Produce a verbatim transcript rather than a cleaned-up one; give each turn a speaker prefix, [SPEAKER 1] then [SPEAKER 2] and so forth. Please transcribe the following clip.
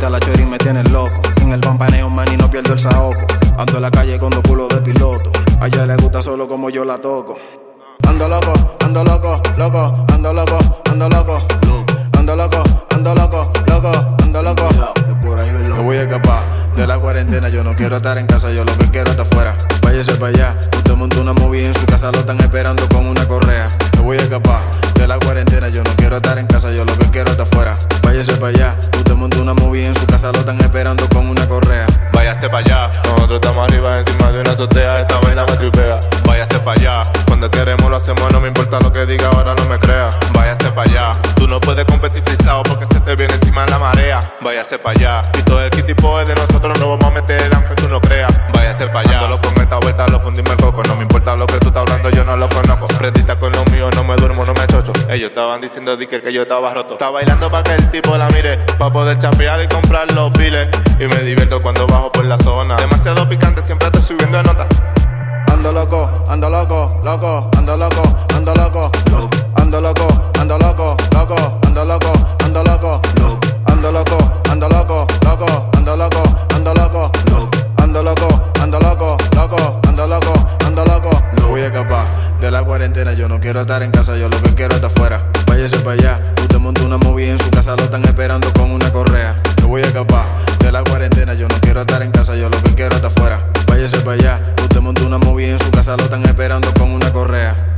[SPEAKER 1] a la chori me tienes loco. En el pampaneo, man, y no pierdo el saoco. Ando en la calle con dos culos de piloto. A ella le gusta solo como yo la toco. Ando loco, ando loco, loco, ando loco, ando loco, ando loco, ando loco, loco, ando loco. Me voy a escapar de la cuarentena, yo no quiero estar en casa, yo lo que quiero es estar afuera. Váyase para allá, usted montó una movie en su casa, lo están esperando con una correa. Me voy a escapar de la cuarentena, yo no quiero estar en casa, yo lo que quiero es estar afuera. Váyase para allá, usted montó una movie en su casa, lo están esperando con una correa.
[SPEAKER 2] Váyase para allá, nosotros estamos arriba encima de una azotea, esta vaina me tripea. Váyase para allá, cuando queremos lo hacemos, no me importa lo que diga, ahora no me crea. Váyase para allá, tú no puedes competir frisado porque se te viene encima la marea. Váyase para allá, y todo el kit tipo es de nosotros, no vamos a meter aunque tú no creas. Váyase para allá, ándalo con esta vuelta, lo fundimos el coco. No me importa lo que tú estás hablando, yo no lo conozco. Prendista con lo mío, no me duermo, no me chocho. Ellos estaban diciendo di que, que yo estaba roto. Está bailando pa' que el tipo la mire, pa' poder chapear y comprar los piles. Y me divierto cuando bajo por la zona. Demasiado picante, siempre estoy subiendo de nota.
[SPEAKER 1] Ando loco, ando loco, loco, ando loco, ando loco, ando loco, ando loco, loco, ando loco, ando loco, ando loco, ando loco, loco, ando loco, ando loco, ando loco, ando loco, loco, ando loco, ando loco. No voy a escapar de la cuarentena, yo no quiero estar en casa, yo lo que quiero es estar afuera. Váyase para allá, usted montó una movie en su casa, lo están esperando con una correa. No voy a escapar de la cuarentena, yo no quiero estar en casa, yo lo que quiero es estar afuera. Váyase para allá, usted montó una movie en su casa, lo están esperando con una correa.